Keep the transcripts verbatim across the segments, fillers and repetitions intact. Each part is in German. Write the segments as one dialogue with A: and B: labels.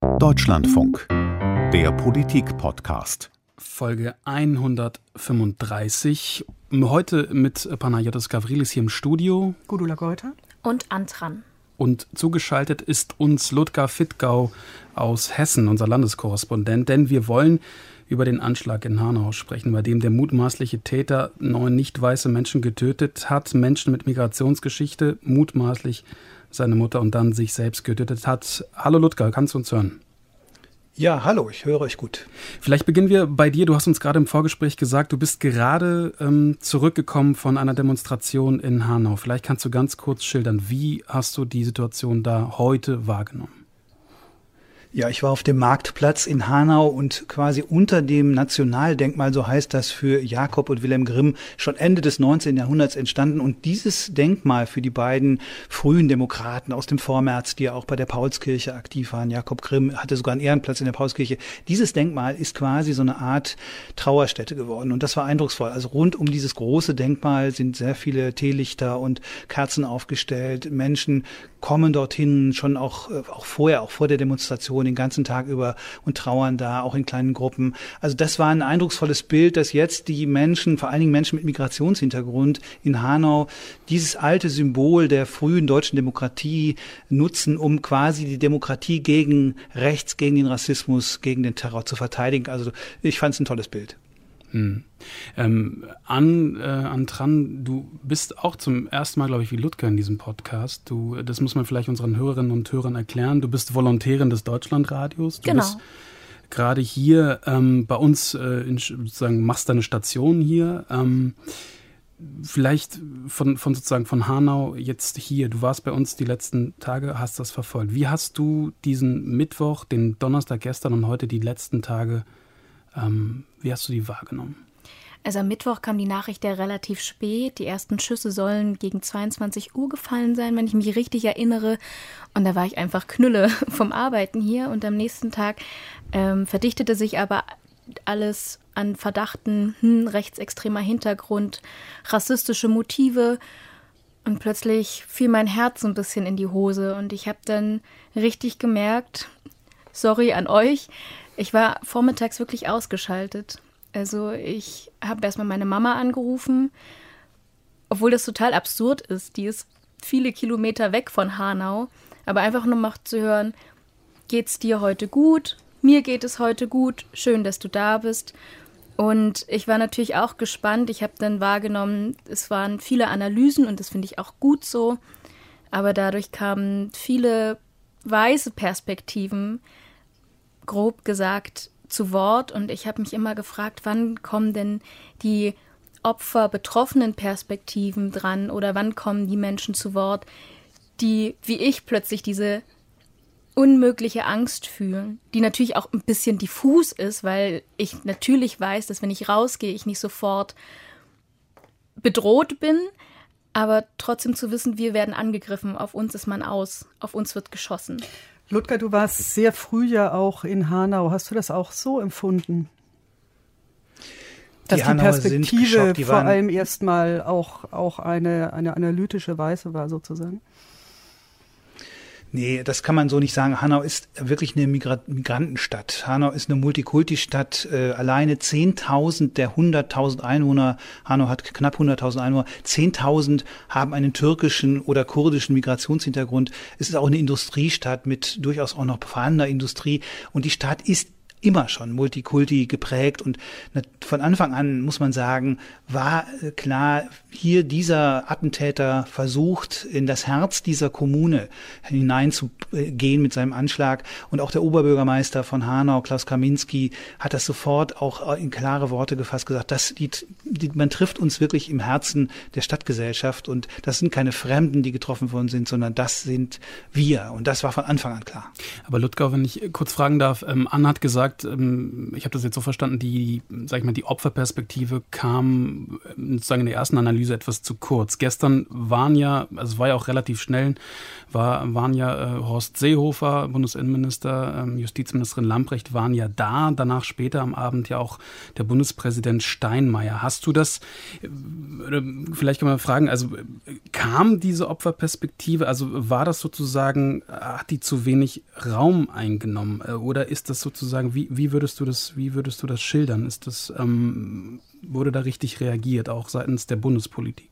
A: Deutschlandfunk, der Politik-Podcast.
B: Folge hundertfünfunddreißig. Heute mit Panayotis Gavrilis hier im Studio.
C: Gudula Geuter.
D: Und Antran.
B: Und zugeschaltet ist uns Ludger Fittgau aus Hessen, unser Landeskorrespondent. Denn wir wollen über den Anschlag in Hanau sprechen, bei dem der mutmaßliche Täter neun nicht weiße Menschen getötet hat, Menschen mit Migrationsgeschichte, mutmaßlich seine Mutter und dann sich selbst getötet hat. Hallo Ludger, kannst du uns hören?
E: Ja, hallo, ich höre euch gut.
B: Vielleicht beginnen wir bei dir. Du hast uns gerade im Vorgespräch gesagt, du bist gerade ähm, zurückgekommen von einer Demonstration in Hanau. Vielleicht kannst du ganz kurz schildern, wie hast du die Situation da heute wahrgenommen?
E: Ja, ich war auf dem Marktplatz in Hanau und quasi unter dem Nationaldenkmal, so heißt das, für Jakob und Wilhelm Grimm, schon Ende des neunzehnten Jahrhunderts entstanden. Und dieses Denkmal für die beiden frühen Demokraten aus dem Vormärz, die ja auch bei der Paulskirche aktiv waren, Jakob Grimm hatte sogar einen Ehrenplatz in der Paulskirche, dieses Denkmal ist quasi so eine Art Trauerstätte geworden. Und das war eindrucksvoll. Also rund um dieses große Denkmal sind sehr viele Teelichter und Kerzen aufgestellt. Menschen kommen dorthin schon auch, auch vorher, auch vor der Demonstration, den ganzen Tag über und trauern da, auch in kleinen Gruppen. Also das war ein eindrucksvolles Bild, dass jetzt die Menschen, vor allen Dingen Menschen mit Migrationshintergrund in Hanau, dieses alte Symbol der frühen deutschen Demokratie nutzen, um quasi die Demokratie gegen rechts, gegen den Rassismus, gegen den Terror zu verteidigen. Also ich fand es ein tolles Bild.
B: Hm. Ähm, an, äh, Antran, du bist auch zum ersten Mal, glaube ich, wie Ludger in diesem Podcast. Du, das muss man vielleicht unseren Hörerinnen und Hörern erklären. Du bist Volontärin des Deutschlandradios. Du
D: genau.
B: bist gerade hier ähm, bei uns, äh, in, sozusagen machst deine Station hier. Ähm, vielleicht von, von sozusagen von Hanau jetzt hier. Du warst bei uns die letzten Tage, hast das verfolgt. Wie hast du diesen Mittwoch, den Donnerstag gestern und heute die letzten Tage Ähm, wie hast du die wahrgenommen?
D: Also am Mittwoch kam die Nachricht ja relativ spät. Die ersten Schüsse sollen gegen zweiundzwanzig Uhr gefallen sein, wenn ich mich richtig erinnere. Und da war ich einfach Knülle vom Arbeiten hier. Und am nächsten Tag ähm, verdichtete sich aber alles an Verdachten, hm, rechtsextremer Hintergrund, rassistische Motive. Und plötzlich fiel mein Herz so ein bisschen in die Hose. Und ich habe dann richtig gemerkt, sorry an euch, ich war vormittags wirklich ausgeschaltet. Also ich habe erstmal meine Mama angerufen, obwohl das total absurd ist. Die ist viele Kilometer weg von Hanau. Aber einfach nur mal zu hören, geht's dir heute gut? Mir geht es heute gut. Schön, dass du da bist. Und ich war natürlich auch gespannt. Ich habe dann wahrgenommen, es waren viele Analysen und das finde ich auch gut so. Aber dadurch kamen viele weiße Perspektiven, grob gesagt, zu Wort. Und ich habe mich immer gefragt, wann kommen denn die Opfer-betroffenen Perspektiven dran oder wann kommen die Menschen zu Wort, die, wie ich, plötzlich diese unmögliche Angst fühlen, die natürlich auch ein bisschen diffus ist, weil ich natürlich weiß, dass wenn ich rausgehe, ich nicht sofort bedroht bin, aber trotzdem zu wissen, wir werden angegriffen, auf uns ist man aus, auf uns wird geschossen.
C: Ludger, du warst sehr früh ja auch in Hanau. Hast du das auch so empfunden? Dass die, die Perspektive die vor allem erstmal auch, auch eine, eine analytische Weise war, sozusagen?
E: Nee, das kann man so nicht sagen. Hanau ist wirklich eine Migra- Migrantenstadt. Hanau ist eine Multikulti-Stadt. Äh, alleine zehntausend der hunderttausend Einwohner, Hanau hat knapp hunderttausend Einwohner, zehntausend haben einen türkischen oder kurdischen Migrationshintergrund. Es ist auch eine Industriestadt mit durchaus auch noch vorhandener Industrie. Und die Stadt ist immer schon Multikulti geprägt und von Anfang an, muss man sagen, war klar, hier dieser Attentäter versucht, in das Herz dieser Kommune hineinzugehen mit seinem Anschlag. Und auch der Oberbürgermeister von Hanau, Klaus Kaminski, hat das sofort auch in klare Worte gefasst, gesagt, dass die, die, man trifft uns wirklich im Herzen der Stadtgesellschaft und das sind keine Fremden, die getroffen worden sind, sondern das sind wir. Und das war von Anfang an klar.
B: Aber Ludger, wenn ich kurz fragen darf, ähm, Anne hat gesagt, gesagt, ich habe das jetzt so verstanden, die, sag ich mal, die Opferperspektive kam sozusagen in der ersten Analyse etwas zu kurz. Gestern waren ja, also es war ja auch relativ schnell, war, waren ja äh, Horst Seehofer, Bundesinnenminister, ähm, Justizministerin Lambrecht waren ja da. Danach später am Abend ja auch der Bundespräsident Steinmeier. Hast du das, äh, vielleicht kann man fragen, also kam diese Opferperspektive, also war das sozusagen, hat die zu wenig Raum eingenommen äh, oder ist das sozusagen, wie, wie würdest du das, wie würdest du das schildern? Ist das, ähm, wurde da richtig reagiert, auch seitens der Bundespolitik?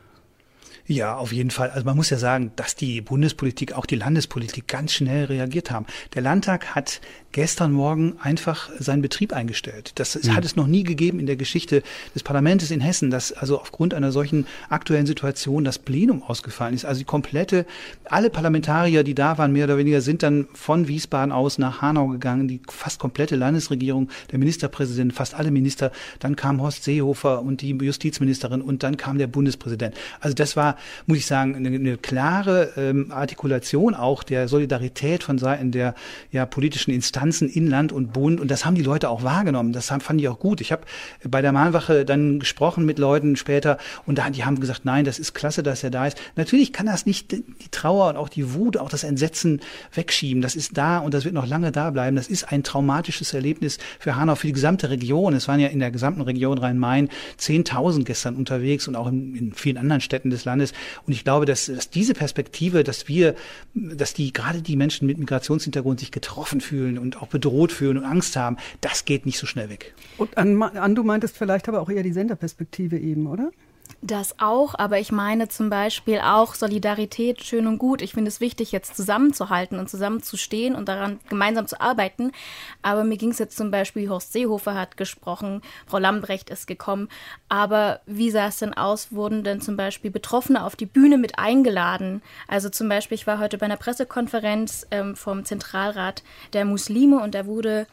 E: Ja, auf jeden Fall. Also man muss ja sagen, dass die Bundespolitik, auch die Landespolitik ganz schnell reagiert haben. Der Landtag hat gestern Morgen einfach seinen Betrieb eingestellt. Das mhm. hat es noch nie gegeben in der Geschichte des Parlaments in Hessen, dass also aufgrund einer solchen aktuellen Situation das Plenum ausgefallen ist. Also die komplette, alle Parlamentarier, die da waren, mehr oder weniger, sind dann von Wiesbaden aus nach Hanau gegangen. Die fast komplette Landesregierung, der Ministerpräsident, fast alle Minister. Dann kam Horst Seehofer und die Justizministerin und dann kam der Bundespräsident. Also das war, muss ich sagen, eine, eine klare ähm, Artikulation auch der Solidarität von Seiten der ja, politischen Instanzen in Land und Bund. Und das haben die Leute auch wahrgenommen. Das haben, fand ich auch gut. Ich habe bei der Mahnwache dann gesprochen mit Leuten später und da, die haben gesagt, nein, das ist klasse, dass er da ist. Natürlich kann das nicht die Trauer und auch die Wut, auch das Entsetzen wegschieben. Das ist da und das wird noch lange da bleiben. Das ist ein traumatisches Erlebnis für Hanau, für die gesamte Region. Es waren ja in der gesamten Region Rhein-Main zehntausend gestern unterwegs und auch in, in vielen anderen Städten des Landes. Und ich glaube, dass, dass diese Perspektive, dass wir, dass die gerade die Menschen mit Migrationshintergrund sich getroffen fühlen und auch bedroht fühlen und Angst haben, das geht nicht so schnell weg.
C: Und an, an du meintest vielleicht aber auch eher die Senderperspektive eben, oder?
D: Das auch, aber ich meine zum Beispiel auch Solidarität, schön und gut. Ich finde es wichtig, jetzt zusammenzuhalten und zusammenzustehen und daran gemeinsam zu arbeiten. Aber mir ging es jetzt zum Beispiel, Horst Seehofer hat gesprochen, Frau Lambrecht ist gekommen. Aber wie sah es denn aus? Wurden denn zum Beispiel Betroffene auf die Bühne mit eingeladen? Also zum Beispiel, ich war heute bei einer Pressekonferenz ähm, vom Zentralrat der Muslime und da wurde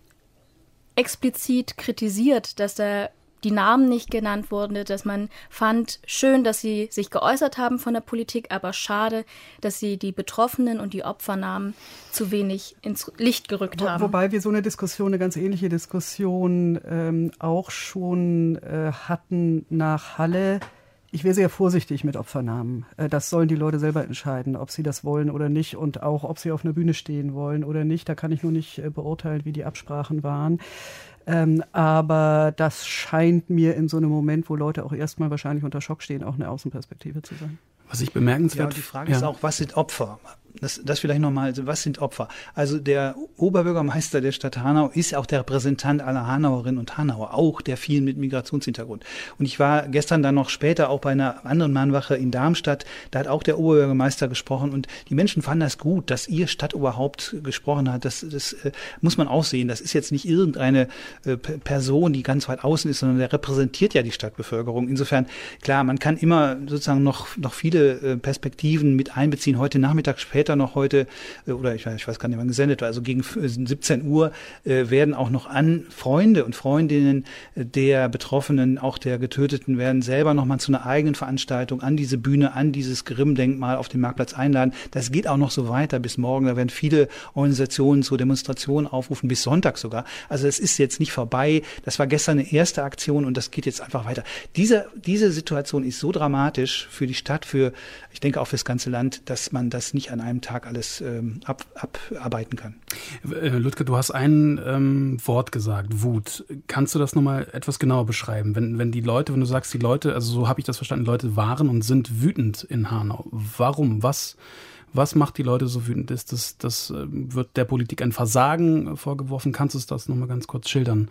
D: explizit kritisiert, dass da die Namen nicht genannt wurden, dass man fand, schön, dass sie sich geäußert haben von der Politik, aber schade, dass sie die Betroffenen und die Opfernamen zu wenig ins Licht gerückt
C: Wo,
D: haben.
C: Wobei wir so eine Diskussion, eine ganz ähnliche Diskussion ähm, auch schon äh, hatten nach Halle. Ich wäre sehr vorsichtig mit Opfernamen. Äh, das sollen die Leute selber entscheiden, ob sie das wollen oder nicht und auch, ob sie auf einer Bühne stehen wollen oder nicht. Da kann ich nur nicht äh, beurteilen, wie die Absprachen waren. Ähm, aber das scheint mir in so einem Moment, wo Leute auch erstmal wahrscheinlich unter Schock stehen, auch eine Außenperspektive zu sein.
B: Was ich bemerkenswert...
E: Ja, die Frage ja. ist auch, was sind Opfer? Das, das vielleicht nochmal, also was sind Opfer? Also der Oberbürgermeister der Stadt Hanau ist auch der Repräsentant aller Hanauerinnen und Hanauer, auch der vielen mit Migrationshintergrund. Und ich war gestern dann noch später auch bei einer anderen Mahnwache in Darmstadt, da hat auch der Oberbürgermeister gesprochen und die Menschen fanden das gut, dass ihr Stadtoberhaupt gesprochen hat. Das, das äh, muss man auch sehen. Das ist jetzt nicht irgendeine äh, Person, die ganz weit außen ist, sondern der repräsentiert ja die Stadtbevölkerung. Insofern, klar, man kann immer sozusagen noch, noch viele äh, Perspektiven mit einbeziehen. Heute Nachmittag später noch heute, oder ich weiß, ich weiß gar nicht, wann gesendet war, also gegen siebzehn Uhr äh, werden auch noch an Freunde und Freundinnen der Betroffenen, auch der Getöteten, werden selber nochmal zu einer eigenen Veranstaltung an diese Bühne, an dieses Grimm-Denkmal auf dem Marktplatz einladen. Das geht auch noch so weiter bis morgen. Da werden viele Organisationen zu Demonstrationen aufrufen, bis Sonntag sogar. Also es ist jetzt nicht vorbei. Das war gestern eine erste Aktion und das geht jetzt einfach weiter. Diese, diese Situation ist so dramatisch für die Stadt, für, ich denke auch für das ganze Land, dass man das nicht an einem Tag alles ähm, ab, abarbeiten kann.
B: Lütke, du hast ein ähm, Wort gesagt, Wut. Kannst du das nochmal etwas genauer beschreiben? Wenn, wenn die Leute, wenn du sagst, die Leute, also so habe ich das verstanden, Leute waren und sind wütend in Hanau. Warum? Was, was macht die Leute so wütend? Ist das, das wird der Politik ein Versagen vorgeworfen? Kannst du das nochmal ganz kurz schildern?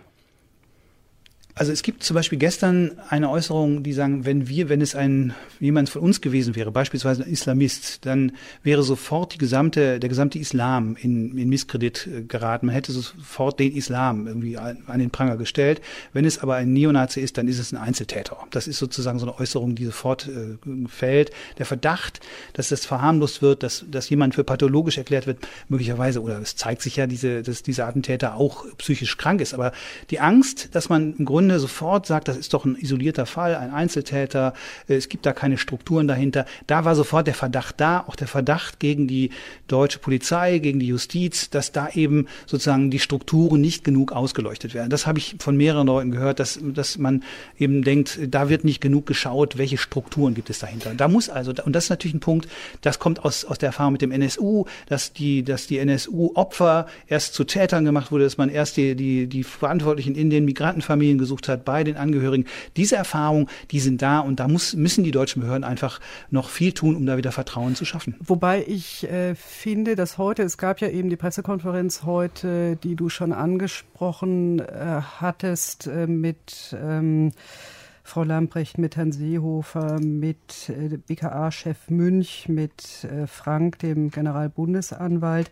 E: Also es gibt zum Beispiel gestern eine Äußerung, die sagen, wenn wir, wenn es ein jemand von uns gewesen wäre, beispielsweise ein Islamist, dann wäre sofort die gesamte, der gesamte Islam in, in Misskredit geraten. Man hätte sofort den Islam irgendwie an, an den Pranger gestellt. Wenn es aber ein Neonazi ist, dann ist es ein Einzeltäter. Das ist sozusagen so eine Äußerung, die sofort äh, fällt. Der Verdacht, dass das verharmlost wird, dass, dass jemand für pathologisch erklärt wird, möglicherweise, oder es zeigt sich ja, diese, dass dieser Attentäter auch psychisch krank ist. Aber die Angst, dass man im Grunde Grunde sofort sagt, das ist doch ein isolierter Fall, ein Einzeltäter, es gibt da keine Strukturen dahinter. Da war sofort der Verdacht da, auch der Verdacht gegen die deutsche Polizei, gegen die Justiz, dass da eben sozusagen die Strukturen nicht genug ausgeleuchtet werden. Das habe ich von mehreren Leuten gehört, dass, dass man eben denkt, da wird nicht genug geschaut, welche Strukturen gibt es dahinter. Da muss also, und das ist natürlich ein Punkt, das kommt aus, aus der Erfahrung mit dem N S U, dass die, dass die N S U-Opfer erst zu Tätern gemacht wurde, dass man erst die, die, die Verantwortlichen in den Migrantenfamilien gesucht hat, bei den Angehörigen. Diese Erfahrungen, die sind da und da muss, müssen die deutschen Behörden einfach noch viel tun, um da wieder Vertrauen zu schaffen.
C: Wobei ich äh, finde, dass heute, es gab ja eben die Pressekonferenz heute, die du schon angesprochen äh, hattest, äh, mit ähm, Frau Lambrecht, mit Herrn Seehofer, mit äh, B K A-Chef Münch, mit äh, Frank, dem Generalbundesanwalt.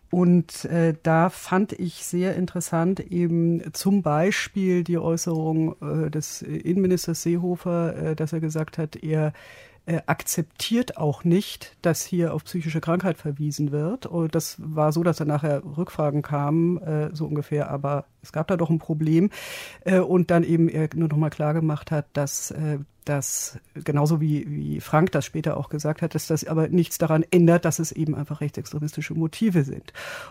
C: Und äh, da fand ich sehr interessant eben zum Beispiel die Äußerung äh, des Innenministers Seehofer, äh, dass er gesagt hat, er äh, akzeptiert auch nicht, dass hier auf psychische Krankheit verwiesen wird. Und das war so, dass dann nachher Rückfragen kamen, äh, so ungefähr, aber es gab da doch ein Problem. Äh, und dann eben er nur noch mal klar gemacht hat, dass äh, dass genauso wie, wie Frank das später auch gesagt hat, dass das aber nichts daran ändert, dass es eben einfach rechtsextremistische Motive sind.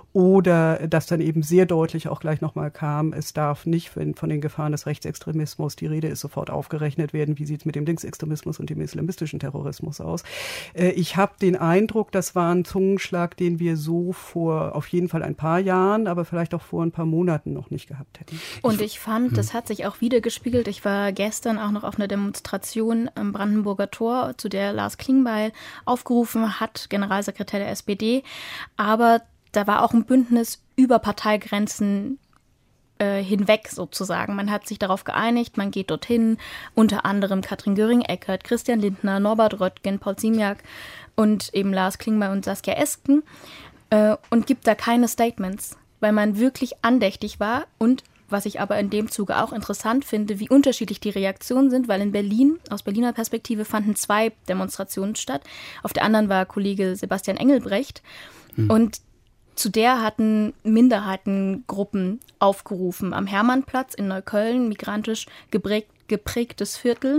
C: Oder dass dann eben sehr deutlich auch gleich nochmal kam, es darf nicht, wenn von den Gefahren des Rechtsextremismus die Rede ist, sofort aufgerechnet werden, wie sieht es mit dem Linksextremismus und dem islamistischen Terrorismus aus. Äh, ich habe den Eindruck, das war ein Zungenschlag, den wir so vor auf jeden Fall ein paar Jahren, aber vielleicht auch vor ein paar Monaten noch nicht gehabt hätten.
D: Und ich fand, das hat sich auch wieder gespiegelt. Ich war gestern auch noch auf einer Demonstration am Brandenburger Tor, zu der Lars Klingbeil aufgerufen hat, Generalsekretär der S P D. Aber da war auch ein Bündnis über Parteigrenzen äh, hinweg sozusagen. Man hat sich darauf geeinigt, man geht dorthin, unter anderem Katrin Göring-Eckardt, Christian Lindner, Norbert Röttgen, Paul Ziemiak und eben Lars Klingbeil und Saskia Esken äh, und gibt da keine Statements, weil man wirklich andächtig war. Und was ich aber in dem Zuge auch interessant finde, wie unterschiedlich die Reaktionen sind, weil in Berlin, aus Berliner Perspektive, fanden zwei Demonstrationen statt. Auf der anderen war Kollege Sebastian Engelbrecht. Mhm. Und zu der hatten Minderheitengruppen aufgerufen. Am Hermannplatz in Neukölln, migrantisch geprägt, geprägtes Viertel.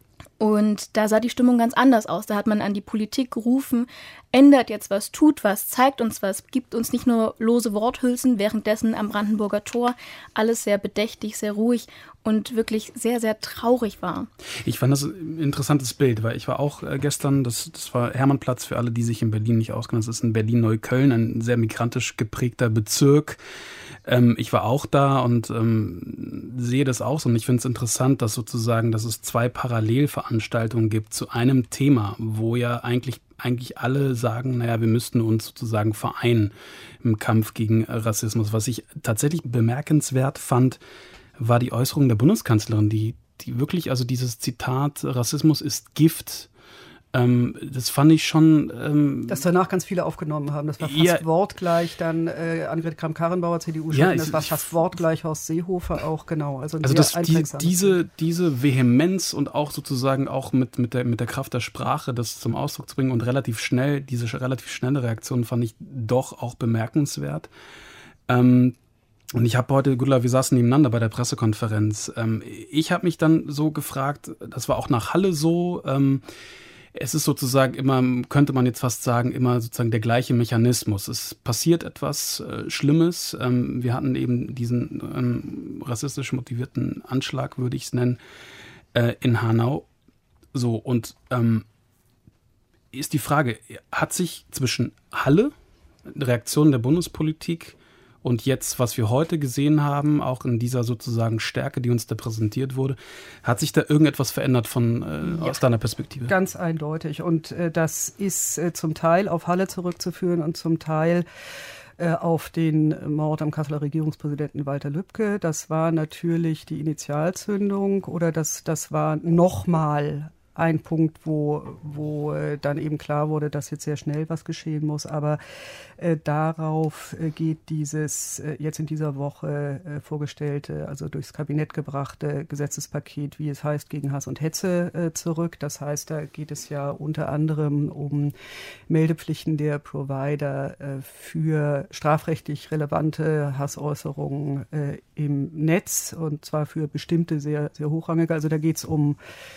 D: Und da sah die Stimmung ganz anders aus. Da hat man an die Politik gerufen, ändert jetzt was, tut was, zeigt uns was, gibt uns nicht nur lose Worthülsen, währenddessen am Brandenburger Tor alles sehr bedächtig, sehr ruhig und wirklich sehr, sehr traurig war.
B: Ich fand das ein interessantes Bild, weil ich war auch gestern, das, das war Hermannplatz für alle, die sich in Berlin nicht auskennen, das ist in Berlin-Neukölln, ein sehr migrantisch geprägter Bezirk. Ähm, ich war auch da und ähm, sehe das auch so. Und ich finde es interessant, dass sozusagen, dass es zwei Parallelveranstaltungen gibt zu einem Thema, wo ja eigentlich eigentlich alle sagen, naja, wir müssten uns sozusagen vereinen im Kampf gegen Rassismus. Was ich tatsächlich bemerkenswert fand, war die Äußerung der Bundeskanzlerin, die, die wirklich, also dieses Zitat, Rassismus ist Gift, Ähm, das fand ich schon... Ähm,
C: Dass danach ganz viele aufgenommen haben. Das war fast
B: ja,
C: wortgleich dann äh, Annegret Kramp-Karrenbauer, C D U-Chefin,
B: ja,
C: das war fast wortgleich Horst Seehofer auch, genau. Also,
B: also das, die, diese, diese Vehemenz und auch sozusagen auch mit, mit, der, mit der Kraft der Sprache, das zum Ausdruck zu bringen und relativ schnell, diese relativ schnelle Reaktion fand ich doch auch bemerkenswert. Ähm, Und ich habe heute, gut, wir saßen nebeneinander bei der Pressekonferenz. Ähm, ich habe mich dann so gefragt, das war auch nach Halle so, ähm, es ist sozusagen immer, könnte man jetzt fast sagen, immer sozusagen der gleiche Mechanismus. Es passiert etwas äh, Schlimmes. Ähm, wir hatten eben diesen ähm, rassistisch motivierten Anschlag, würde ich es nennen, äh, in Hanau. So, und ähm, ist die Frage, hat sich zwischen Halle, Reaktion der Bundespolitik, und jetzt, was wir heute gesehen haben, auch in dieser sozusagen Stärke, die uns da präsentiert wurde, hat sich da irgendetwas verändert von äh,
C: ja,
B: aus deiner Perspektive?
C: Ganz eindeutig. Und äh, das ist äh, zum Teil auf Halle zurückzuführen und zum Teil äh, auf den Mord am Kasseler Regierungspräsidenten Walter Lübcke. Das war natürlich die Initialzündung oder das, das war nochmal ein Punkt, wo, wo äh, dann eben klar wurde, dass jetzt sehr schnell was geschehen muss. Aber äh, darauf äh, geht dieses äh, jetzt in dieser Woche äh, vorgestellte, also durchs Kabinett gebrachte Gesetzespaket, wie es heißt, gegen Hass und Hetze äh, zurück. Das heißt, da geht es ja unter anderem um Meldepflichten der Provider äh, für strafrechtlich relevante Hassäußerungen äh, im Netz, und zwar für bestimmte sehr, sehr hochrangige. Also da geht es um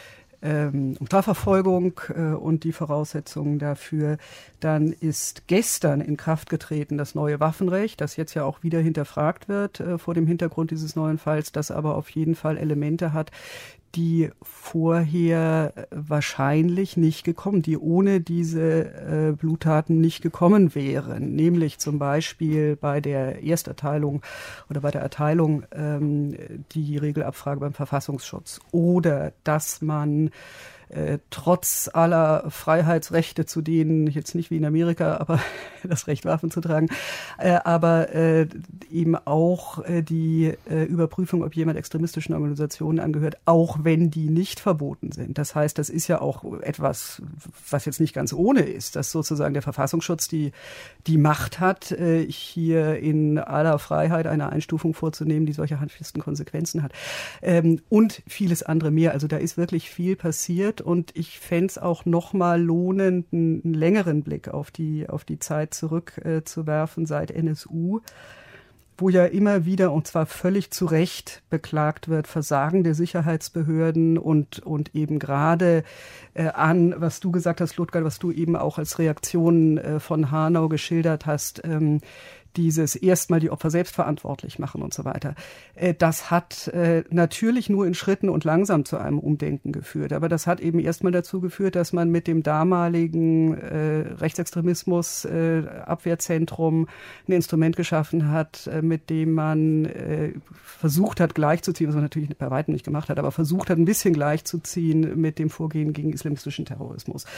C: Um Strafverfolgung äh, und die Voraussetzungen dafür. Dann ist gestern in Kraft getreten das neue Waffenrecht, das jetzt ja auch wieder hinterfragt wird äh, vor dem Hintergrund dieses neuen Falls, das aber auf jeden Fall Elemente hat, die vorher wahrscheinlich nicht gekommen, die ohne diese äh, Bluttaten nicht gekommen wären. Nämlich zum Beispiel bei der Ersterteilung oder bei der Erteilung ähm, die Regelabfrage beim Verfassungsschutz. Oder dass man Äh, trotz aller Freiheitsrechte, zu denen jetzt nicht wie in Amerika, aber das Recht, Waffen zu tragen, äh, aber äh, eben auch äh, die äh, Überprüfung, ob jemand extremistischen Organisationen angehört, auch wenn die nicht verboten sind. Das heißt, das ist ja auch etwas, was jetzt nicht ganz ohne ist, dass sozusagen der Verfassungsschutz die, die Macht hat, äh, hier in aller Freiheit eine Einstufung vorzunehmen, die solche handfesten Konsequenzen hat. Ähm, und vieles andere mehr. Also da ist wirklich viel passiert. Und ich fände es auch nochmal lohnend, einen, einen längeren Blick auf die, auf die Zeit zurückzuwerfen äh, seit N S U, wo ja immer wieder, und zwar völlig zu Recht, beklagt wird, Versagen der Sicherheitsbehörden und, und eben gerade äh, an, was du gesagt hast, Ludger, was du eben auch als Reaktion äh, von Hanau geschildert hast, ähm, dieses erstmal die Opfer selbst verantwortlich machen und so weiter. Das hat natürlich nur in Schritten und langsam zu einem Umdenken geführt. Aber das hat eben erstmal dazu geführt, dass man mit dem damaligen Rechtsextremismus Abwehrzentrum ein Instrument geschaffen hat, mit dem man versucht hat, gleichzuziehen, was man natürlich bei weitem nicht gemacht hat, aber versucht hat, ein bisschen gleichzuziehen mit dem Vorgehen gegen islamistischen Terrorismus.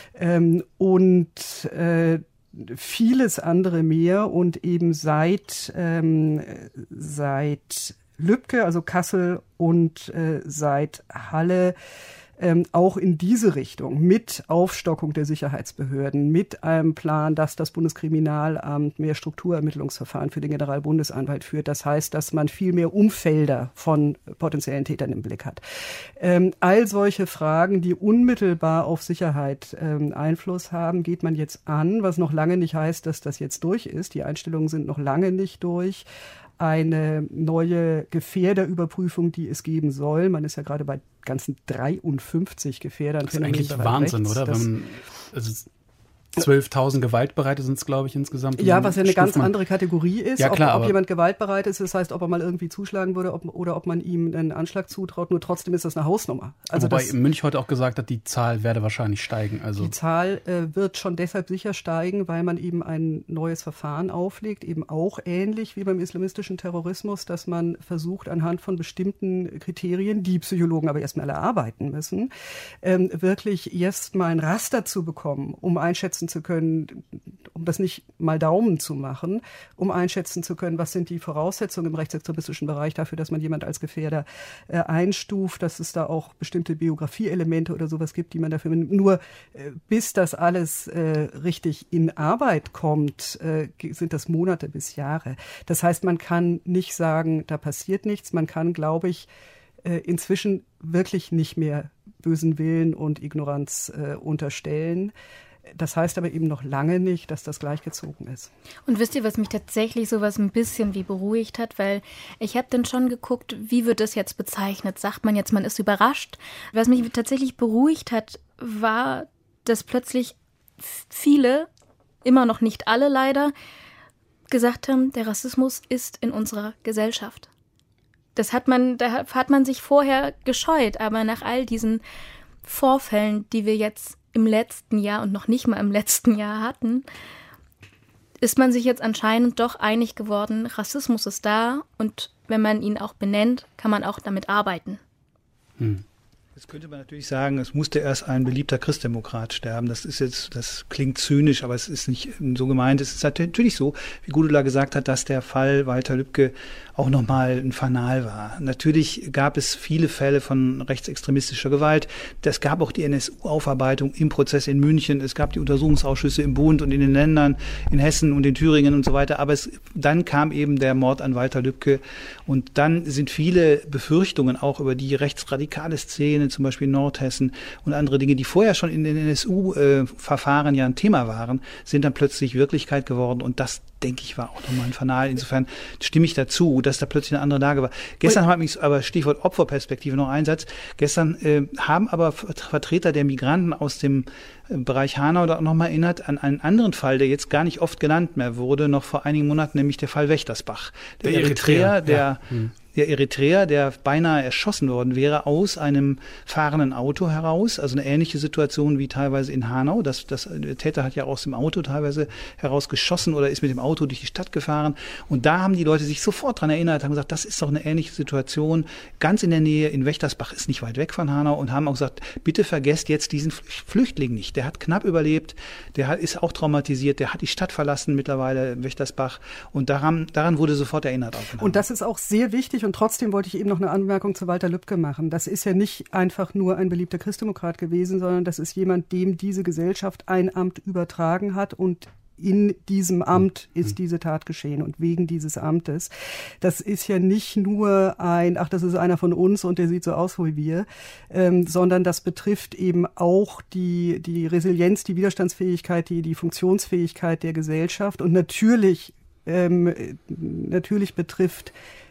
C: Und vieles andere mehr, und eben seit ähm, seit Lübcke, also Kassel, und äh, seit Halle ähm, auch in diese Richtung mit Aufstockung der Sicherheitsbehörden, mit einem Plan, dass das Bundeskriminalamt mehr Strukturermittlungsverfahren für den Generalbundesanwalt führt. Das heißt, dass man viel mehr Umfelder von potenziellen Tätern im Blick hat. Ähm, all solche Fragen, die unmittelbar auf Sicherheit ähm, Einfluss haben, geht man jetzt an, was noch lange nicht heißt, dass das jetzt durch ist. Die Einstellungen sind noch lange nicht durch. Eine neue Gefährderüberprüfung, die es geben soll. Man ist ja gerade bei ganzen dreiundfünfzig Gefährdern.
B: Das ist eigentlich Wahnsinn, oder? Wenn man, also zwölftausend Gewaltbereite sind es, glaube ich, insgesamt.
C: Ja, was ja eine ganz andere Kategorie ist.
B: Ja, klar,
C: ob, ob jemand gewaltbereit ist, das heißt, ob er mal irgendwie zuschlagen würde, ob, oder ob man ihm einen Anschlag zutraut. Nur trotzdem ist das eine Hausnummer. Also
B: Wobei
C: das,
B: Münch heute auch gesagt hat, die Zahl werde wahrscheinlich steigen. Also
C: die Zahl äh, wird schon deshalb sicher steigen, weil man eben ein neues Verfahren auflegt, eben auch ähnlich wie beim islamistischen Terrorismus, dass man versucht, anhand von bestimmten Kriterien, die Psychologen aber erstmal erarbeiten müssen, ähm, wirklich erstmal ein Raster zu bekommen, um einschätzen zu können, um das nicht mal Daumen zu machen, um einschätzen zu können, was sind die Voraussetzungen im rechtsextremistischen Bereich dafür, dass man jemand als Gefährder äh, einstuft, dass es da auch bestimmte Biografieelemente oder sowas gibt, die man dafür nur äh, bis das alles äh, richtig in Arbeit kommt, äh, sind das Monate bis Jahre. Das heißt, man kann nicht sagen, da passiert nichts. Man kann, glaube ich, äh, inzwischen wirklich nicht mehr bösen Willen und Ignoranz äh, unterstellen. Das heißt aber eben noch lange nicht, dass das gleichgezogen ist.
D: Und wisst ihr, was mich tatsächlich sowas ein bisschen wie beruhigt hat? Weil ich habe dann schon geguckt, wie wird das jetzt bezeichnet? Sagt man jetzt, man ist überrascht? Was mich tatsächlich beruhigt hat, war, dass plötzlich viele, immer noch nicht alle leider, gesagt haben, der Rassismus ist in unserer Gesellschaft. Das hat man, da hat man sich vorher gescheut, aber nach all diesen Vorfällen, die wir jetzt im letzten Jahr und noch nicht mal im letzten Jahr hatten, ist man sich jetzt anscheinend doch einig geworden, Rassismus ist da, und wenn man ihn auch benennt, kann man auch damit arbeiten.
B: Hm.
E: Jetzt könnte man natürlich sagen, es musste erst ein beliebter Christdemokrat sterben. Das ist jetzt, das klingt zynisch, aber es ist nicht so gemeint. Es ist natürlich so, wie Gudula gesagt hat, dass der Fall Walter Lübcke auch nochmal ein Fanal war. Natürlich gab es viele Fälle von rechtsextremistischer Gewalt. Es gab auch die N S U-Aufarbeitung im Prozess in München. Es gab die Untersuchungsausschüsse im Bund und in den Ländern, in Hessen und in Thüringen und so weiter. Aber es, dann kam eben der Mord an Walter Lübcke. Und dann sind viele Befürchtungen auch über die rechtsradikale Szene, zum Beispiel in Nordhessen und andere Dinge, die vorher schon in den N S U-Verfahren ja ein Thema waren, sind dann plötzlich Wirklichkeit geworden. Und das, denke ich, war auch nochmal ein Fanal. Insofern stimme ich dazu, dass da plötzlich eine andere Lage war. Gestern habe ich aber Stichwort Opferperspektive noch einen Satz. Gestern äh, haben aber Vertreter der Migranten aus dem äh, Bereich Hanau da auch nochmal erinnert an einen anderen Fall, der jetzt gar nicht oft genannt mehr wurde, noch vor einigen Monaten, nämlich der Fall Wächtersbach. Der, der Eritreer, der ja. hm. Der Eritreer, der beinahe erschossen worden wäre aus einem fahrenden Auto heraus, also eine ähnliche Situation wie teilweise in Hanau. Das, das, der Täter hat ja aus dem Auto teilweise heraus geschossen oder ist mit dem Auto durch die Stadt gefahren. Und da haben die Leute sich sofort dran erinnert, haben gesagt, das ist doch eine ähnliche Situation. Ganz in der Nähe in Wächtersbach, ist nicht weit weg von Hanau, und haben auch gesagt, bitte vergesst jetzt diesen Flüchtling nicht. Der hat knapp überlebt, der hat, ist auch traumatisiert, der hat die Stadt verlassen mittlerweile, Wächtersbach. Und daran, daran wurde sofort erinnert. Auch
C: und das ist auch sehr wichtig. Und trotzdem wollte ich eben noch eine Anmerkung zu Walter Lübcke machen. Das ist ja nicht einfach nur ein beliebter Christdemokrat gewesen, sondern das ist jemand, dem diese Gesellschaft ein Amt übertragen hat, und in diesem Amt ist diese Tat geschehen und wegen dieses Amtes. Das ist ja nicht nur ein, ach, das ist einer von uns und der sieht so aus wie wir, ähm, sondern das betrifft eben auch die, die Resilienz, die Widerstandsfähigkeit, die, die Funktionsfähigkeit der Gesellschaft, und natürlich, ähm, natürlich betrifft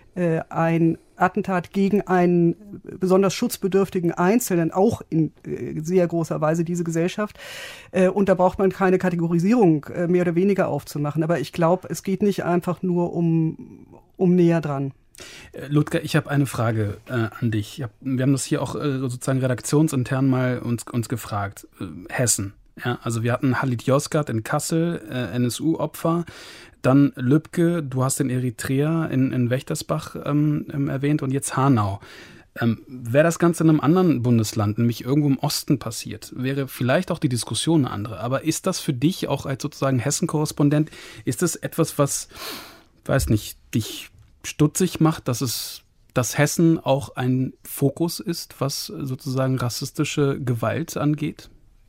C: ein Attentat gegen einen besonders schutzbedürftigen Einzelnen auch in sehr großer Weise diese Gesellschaft. Und da braucht man keine Kategorisierung mehr oder weniger aufzumachen. Aber ich glaube, es geht nicht einfach nur um, um näher dran.
B: Ludger, ich habe eine Frage äh, an dich. Hab, wir haben das hier auch äh, sozusagen redaktionsintern mal uns, uns gefragt. Äh, Hessen. Ja, also wir hatten Halit Yozgat in Kassel, äh, N S U-Opfer. Dann Lübcke, du hast den Eritreer in, in Wächtersbach ähm, erwähnt, und jetzt Hanau. Ähm, wäre das Ganze in einem anderen Bundesland, nämlich irgendwo im Osten passiert, wäre vielleicht auch die Diskussion eine andere. Aber ist das für dich auch als sozusagen Hessen-Korrespondent, ist das etwas, was, weiß nicht, dich stutzig macht, dass es, dass Hessen auch ein Fokus ist, was sozusagen rassistische Gewalt angeht?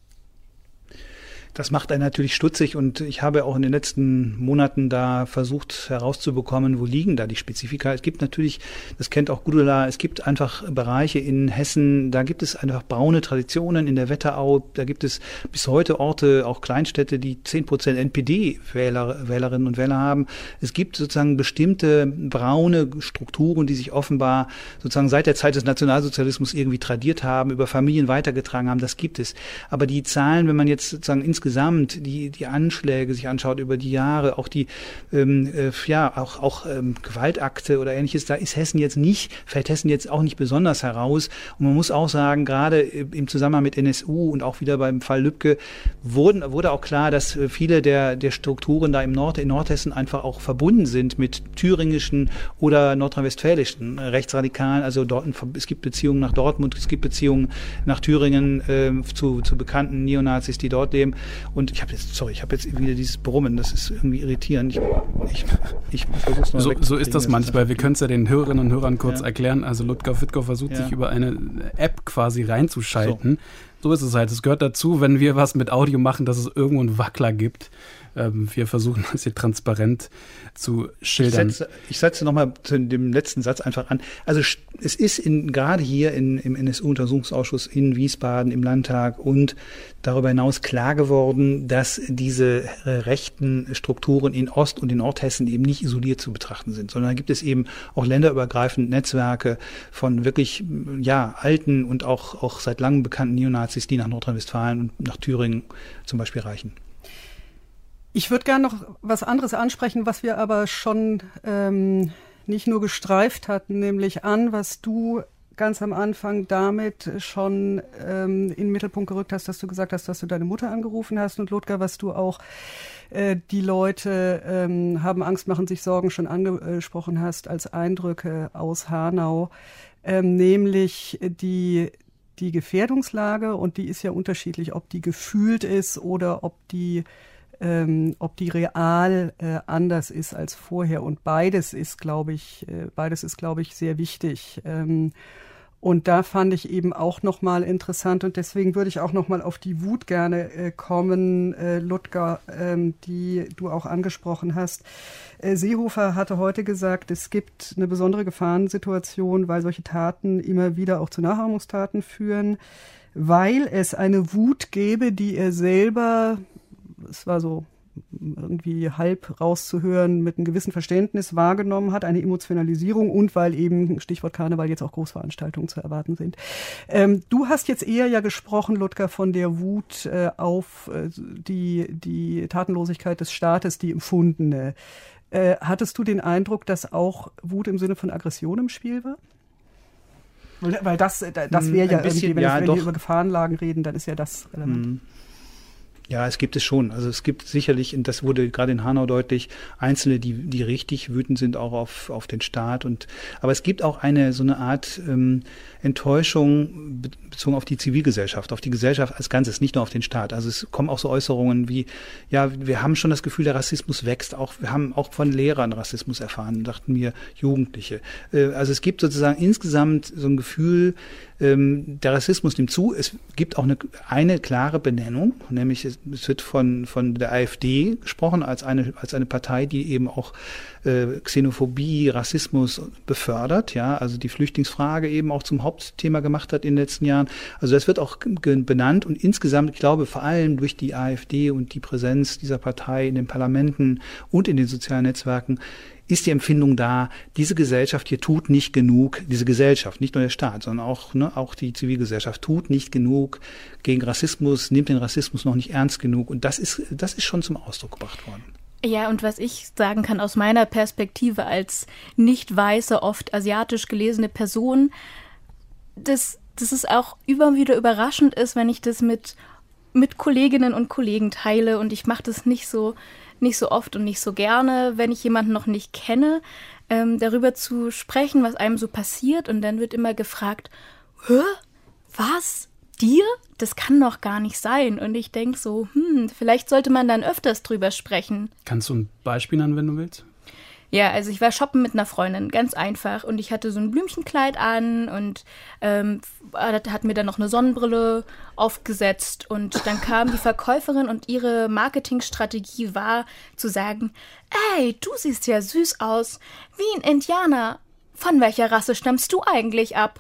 E: Das macht einen natürlich stutzig, und ich habe auch in den letzten Monaten da versucht herauszubekommen, wo liegen da die Spezifika. Es gibt natürlich, das kennt auch Gudula, es gibt einfach Bereiche in Hessen, da gibt es einfach braune Traditionen in der Wetterau, da gibt es bis heute Orte, auch Kleinstädte, die zehn Prozent N P D-Wähler, Wählerinnen und Wähler haben. Es gibt sozusagen bestimmte braune Strukturen, die sich offenbar sozusagen seit der Zeit des Nationalsozialismus irgendwie tradiert haben, über Familien weitergetragen haben. Das gibt es. Aber die Zahlen, wenn man jetzt sozusagen insgesamt Insgesamt die die Anschläge sich anschaut über die Jahre, auch die ähm, äh, ja auch auch ähm, Gewaltakte oder Ähnliches, da ist Hessen jetzt nicht, fällt Hessen jetzt auch nicht besonders heraus. Und man muss auch sagen, gerade im Zusammenhang mit N S U und auch wieder beim Fall Lübcke wurden wurde auch klar, dass viele der der Strukturen da im Nord in Nordhessen einfach auch verbunden sind mit thüringischen oder nordrhein-westfälischen Rechtsradikalen. Also dort, es gibt Beziehungen nach Dortmund, es gibt Beziehungen nach Thüringen äh, zu zu bekannten Neonazis, die dort leben. Und ich habe jetzt, sorry, ich habe jetzt wieder dieses Brummen, das ist irgendwie irritierend. Ich, ich, ich versuch's mal
B: so, so ist das manchmal.
E: Das
B: Wir können es ja den Hörerinnen und Hörern kurz
E: ja.
B: erklären. Also Ludger Wittkow versucht ja. sich über eine App quasi reinzuschalten. So. so ist es halt. Es gehört dazu, wenn wir was mit Audio machen, dass es irgendwo einen Wackler gibt. Ähm, wir versuchen das hier transparent zu schildern.
E: Ich setze, ich setze nochmal zu dem letzten Satz einfach an. Also es ist in, gerade hier in, im N S U-Untersuchungsausschuss in Wiesbaden im Landtag und darüber hinaus klar geworden, dass diese rechten Strukturen in Ost- und in Nordhessen eben nicht isoliert zu betrachten sind, sondern da gibt es eben auch länderübergreifend Netzwerke von wirklich ja alten und auch, auch seit langem bekannten Neonazis, die nach Nordrhein-Westfalen und nach Thüringen zum Beispiel reichen.
C: Ich würde gerne noch was anderes ansprechen, was wir aber schon ähm, nicht nur gestreift hatten, nämlich an, was du ganz am Anfang damit schon ähm, in den Mittelpunkt gerückt hast, dass du gesagt hast, dass du deine Mutter angerufen hast, und Ludger, was du auch äh, die Leute ähm, haben Angst, machen sich Sorgen schon angesprochen hast als Eindrücke aus Hanau, ähm, nämlich die die Gefährdungslage, und die ist ja unterschiedlich, ob die gefühlt ist oder ob die Ähm, ob die real äh, anders ist als vorher. Und beides ist, glaube ich, äh, beides ist, glaube ich, sehr wichtig. Ähm, und da fand ich eben auch nochmal interessant, und deswegen würde ich auch nochmal auf die Wut gerne äh, kommen, äh, Ludger, ähm, die du auch angesprochen hast. Äh, Seehofer hatte heute gesagt, es gibt eine besondere Gefahrensituation, weil solche Taten immer wieder auch zu Nachahmungstaten führen, weil es eine Wut gäbe, die er selber, es war so irgendwie halb rauszuhören, mit einem gewissen Verständnis wahrgenommen hat, eine Emotionalisierung, und weil eben, Stichwort Karneval, jetzt auch Großveranstaltungen zu erwarten sind. Ähm, du hast jetzt eher ja gesprochen, Ludger, von der Wut äh, auf äh, die, die Tatenlosigkeit des Staates, die empfundene. Äh, hattest du den Eindruck, dass auch Wut im Sinne von Aggression im Spiel war? Weil, weil das, das wäre ja bisschen, irgendwie, wenn, ja, es, wenn wir über Gefahrenlagen reden, dann ist ja das relevant. Hm.
E: Ja, es gibt es schon. Also es gibt sicherlich, und das wurde gerade in Hanau deutlich, Einzelne, die, die richtig wütend sind, auch auf, auf den Staat. Und, aber es gibt auch eine, so eine Art ähm, Enttäuschung bezogen auf die Zivilgesellschaft, auf die Gesellschaft als Ganzes, nicht nur auf den Staat. Also es kommen auch so Äußerungen wie, ja, wir haben schon das Gefühl, der Rassismus wächst. Auch, wir haben auch von Lehrern Rassismus erfahren, dachten mir Jugendliche. Äh, also es gibt sozusagen insgesamt so ein Gefühl, ähm, der Rassismus nimmt zu. Es gibt auch eine, eine klare Benennung, nämlich es, es wird von, von der AfD gesprochen als eine, als eine Partei, die eben auch äh, Xenophobie, Rassismus befördert, ja, also die Flüchtlingsfrage eben auch zum Hauptthema gemacht hat in den letzten Jahren. Also das wird auch g- benannt, und insgesamt, ich glaube, vor allem durch die AfD und die Präsenz dieser Partei in den Parlamenten und in den sozialen Netzwerken ist die Empfindung da, diese Gesellschaft hier tut nicht genug, diese Gesellschaft, nicht nur der Staat, sondern auch, ne, auch die Zivilgesellschaft tut nicht genug gegen Rassismus, nimmt den Rassismus noch nicht ernst genug, und das ist, das ist schon zum Ausdruck gebracht worden.
D: Ja, und was ich sagen kann aus meiner Perspektive als nicht weiße, oft asiatisch gelesene Person, dass, dass es auch immer wieder überraschend ist, wenn ich das mit, mit Kolleginnen und Kollegen teile, und ich mache das nicht so nicht so oft und nicht so gerne, wenn ich jemanden noch nicht kenne, ähm, darüber zu sprechen, was einem so passiert, und dann wird immer gefragt, hä, was, dir? Das kann doch gar nicht sein, und ich denke so, hm, vielleicht sollte man dann öfters drüber sprechen.
B: Kannst du ein Beispiel nennen, wenn du willst?
D: Ja, also ich war shoppen mit einer Freundin, ganz einfach, und ich hatte so ein Blümchenkleid an und ähm, hat mir dann noch eine Sonnenbrille aufgesetzt, und dann kam die Verkäuferin, und ihre Marketingstrategie war zu sagen, ey, du siehst ja süß aus, wie ein Indianer. Von welcher Rasse stammst du eigentlich ab?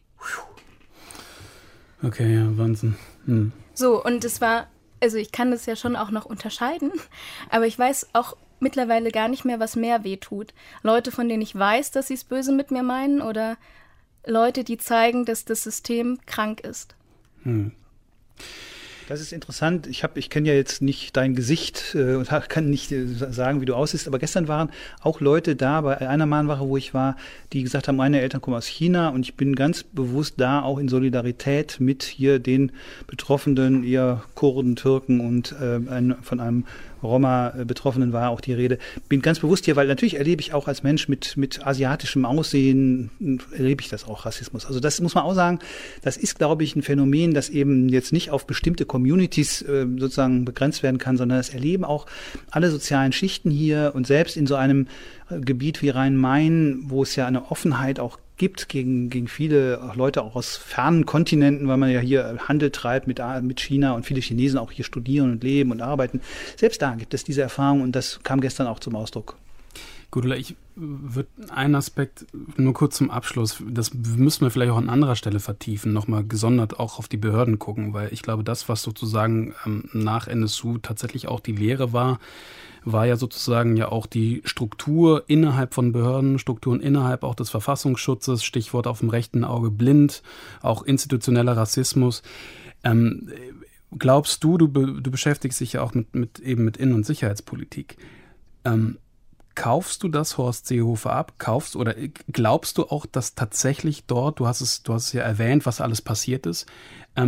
B: Okay, ja, Wahnsinn. Hm.
D: So, und es war, also ich kann das ja schon auch noch unterscheiden, aber ich weiß auch mittlerweile gar nicht mehr, was mehr wehtut. Leute, von denen ich weiß, dass sie es böse mit mir meinen, oder Leute, die zeigen, dass das System krank ist.
B: Hm.
E: Das ist interessant. Ich habe, ich kenne ja jetzt nicht dein Gesicht äh, und kann nicht äh, sagen, wie du aussiehst, aber gestern waren auch Leute da bei einer Mahnwache, wo ich war, die gesagt haben, meine Eltern kommen aus China, und ich bin ganz bewusst da auch in Solidarität mit hier den Betroffenen, eher Kurden, Türken, und äh, ein, von einem Roma-Betroffenen war auch die Rede. Bin ganz bewusst hier, weil natürlich erlebe ich auch als Mensch mit, mit asiatischem Aussehen, erlebe ich das auch, Rassismus. Also das muss man auch sagen, das ist, glaube ich, ein Phänomen, das eben jetzt nicht auf bestimmte Communities äh, sozusagen begrenzt werden kann, sondern das erleben auch alle sozialen Schichten hier, und selbst in so einem äh, Gebiet wie Rhein-Main, wo es ja eine Offenheit auch gibt gegen, gegen viele Leute auch aus fernen Kontinenten, weil man ja hier Handel treibt mit, mit China, und viele Chinesen auch hier studieren und leben und arbeiten. Selbst da gibt es diese Erfahrung, und das kam gestern auch zum Ausdruck.
B: Gudula, ich würde einen Aspekt nur kurz zum Abschluss, das müssen wir vielleicht auch an anderer Stelle vertiefen, nochmal gesondert auch auf die Behörden gucken, weil ich glaube, das, was sozusagen ähm, nach N S U tatsächlich auch die Lehre war, war ja sozusagen ja auch die Struktur innerhalb von Behörden, Strukturen innerhalb auch des Verfassungsschutzes, Stichwort auf dem rechten Auge blind, auch institutioneller Rassismus. Ähm, glaubst du, du, be, du beschäftigst dich ja auch mit, mit eben mit Innen- und Sicherheitspolitik. Ähm, Kaufst du das Horst Seehofer ab? Kaufst oder glaubst du auch, dass tatsächlich dort, du hast es, du hast es ja erwähnt, was alles passiert ist, ähm,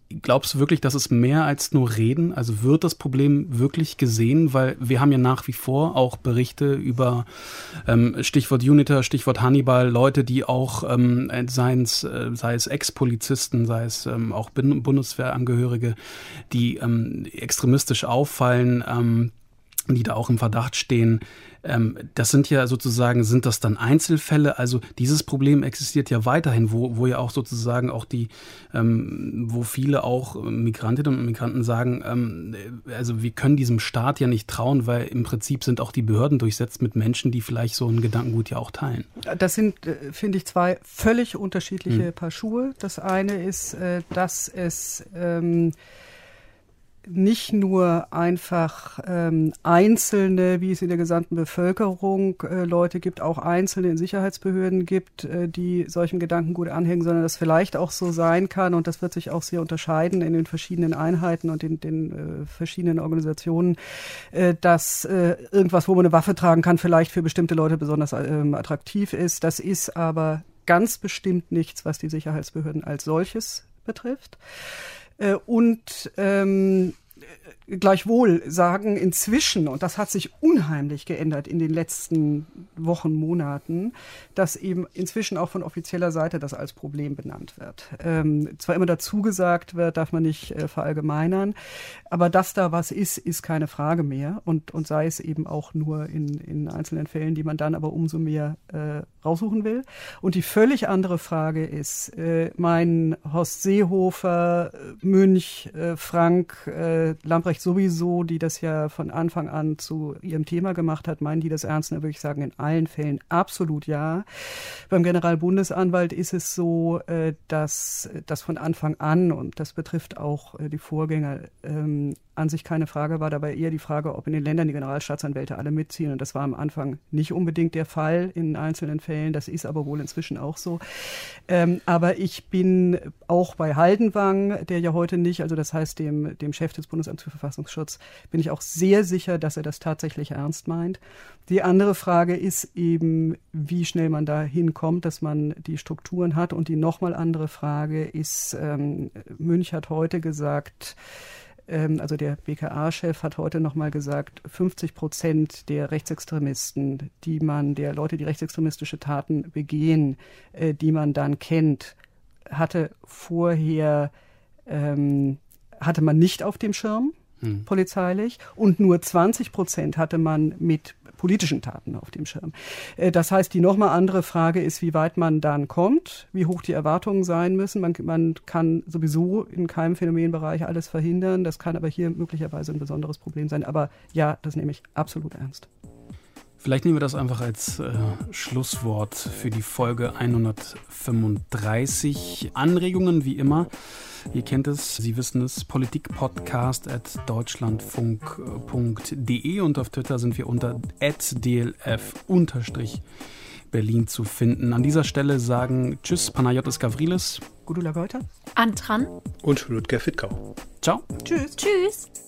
B: glaubst du wirklich, dass es mehr als nur Reden? Also wird das Problem wirklich gesehen? Weil wir haben ja nach wie vor auch Berichte über ähm, Stichwort UNITA, Stichwort Hannibal, Leute, die auch, ähm, sei es, äh, sei es Ex-Polizisten, sei es ähm, auch Bundeswehrangehörige, die ähm, extremistisch auffallen, ähm, die da auch im Verdacht stehen. Ähm, das sind ja sozusagen, sind das dann Einzelfälle? Also dieses Problem existiert ja weiterhin, wo, wo ja auch sozusagen auch die, ähm, wo viele auch Migrantinnen und Migranten sagen, ähm, also wir können diesem Staat ja nicht trauen, weil im Prinzip sind auch die Behörden durchsetzt mit Menschen, die vielleicht so ein Gedankengut ja auch teilen.
C: Das sind, finde ich, zwei völlig unterschiedliche hm. Paar Schuhe. Das eine ist, dass es ähm, nicht nur einfach ähm, Einzelne, wie es in der gesamten Bevölkerung äh, Leute gibt, auch Einzelne in Sicherheitsbehörden gibt, äh, die solchem Gedankengut anhängen, sondern das vielleicht auch so sein kann, und das wird sich auch sehr unterscheiden in den verschiedenen Einheiten und in den äh, verschiedenen Organisationen, äh, dass äh, irgendwas, wo man eine Waffe tragen kann, vielleicht für bestimmte Leute besonders äh, attraktiv ist. Das ist aber ganz bestimmt nichts, was die Sicherheitsbehörden als solches betrifft. Äh, und ähm, gleichwohl sagen inzwischen, und das hat sich unheimlich geändert in den letzten Wochen, Monaten, dass eben inzwischen auch von offizieller Seite das als Problem benannt wird. Ähm, zwar immer dazu gesagt wird, darf man nicht äh, verallgemeinern, aber dass da was ist, ist keine Frage mehr, und, und sei es eben auch nur in, in einzelnen Fällen, die man dann aber umso mehr äh, raussuchen will. Und die völlig andere Frage ist, äh, mein Horst Seehofer, Münch, äh, Frank, äh, Lambrecht sowieso, die das ja von Anfang an zu ihrem Thema gemacht hat, meinen die das ernst? Da würde ich sagen, in allen Fällen absolut ja. Beim Generalbundesanwalt ist es so, äh, dass das von Anfang an, und das betrifft auch äh, die Vorgänger, ähm, an sich keine Frage war, dabei eher die Frage, ob in den Ländern die Generalstaatsanwälte alle mitziehen. Und das war am Anfang nicht unbedingt der Fall in einzelnen Fällen. Das ist aber wohl inzwischen auch so. Ähm, aber ich bin auch bei Haldenwang, der ja heute nicht, also das heißt dem, dem Chef des Bundesamts für Verfassungsschutz, bin ich auch sehr sicher, dass er das tatsächlich ernst meint. Die andere Frage ist eben, wie schnell man da hinkommt, dass man die Strukturen hat. Und die nochmal andere Frage ist, ähm, Münch hat heute gesagt, also der B K A-Chef hat heute nochmal gesagt, fünfzig Prozent der Rechtsextremisten, die man, der Leute, die rechtsextremistische Taten begehen, äh, die man dann kennt, hatte vorher, ähm, hatte man nicht auf dem Schirm, hm. polizeilich, und nur zwanzig Prozent hatte man mit politischen Taten auf dem Schirm. Das heißt, die nochmal andere Frage ist, wie weit man dann kommt, wie hoch die Erwartungen sein müssen. Man, man kann sowieso in keinem Phänomenbereich alles verhindern. Das kann aber hier möglicherweise ein besonderes Problem sein. Aber ja, das nehme ich absolut ernst.
B: Vielleicht nehmen wir das einfach als äh, Schlusswort für die Folge hundertfünfunddreißig. Anregungen wie immer. Ihr kennt es, Sie wissen es, politikpodcast at deutschlandfunk punkt de, und auf Twitter sind wir unter at d l f Berlin zu finden. An dieser Stelle sagen Tschüss, Panayotis Gavrilis,
C: Gudula Goiter,
D: Antran
E: und Rutger Fitkau.
B: Ciao.
C: Tschüss.
D: Tschüss.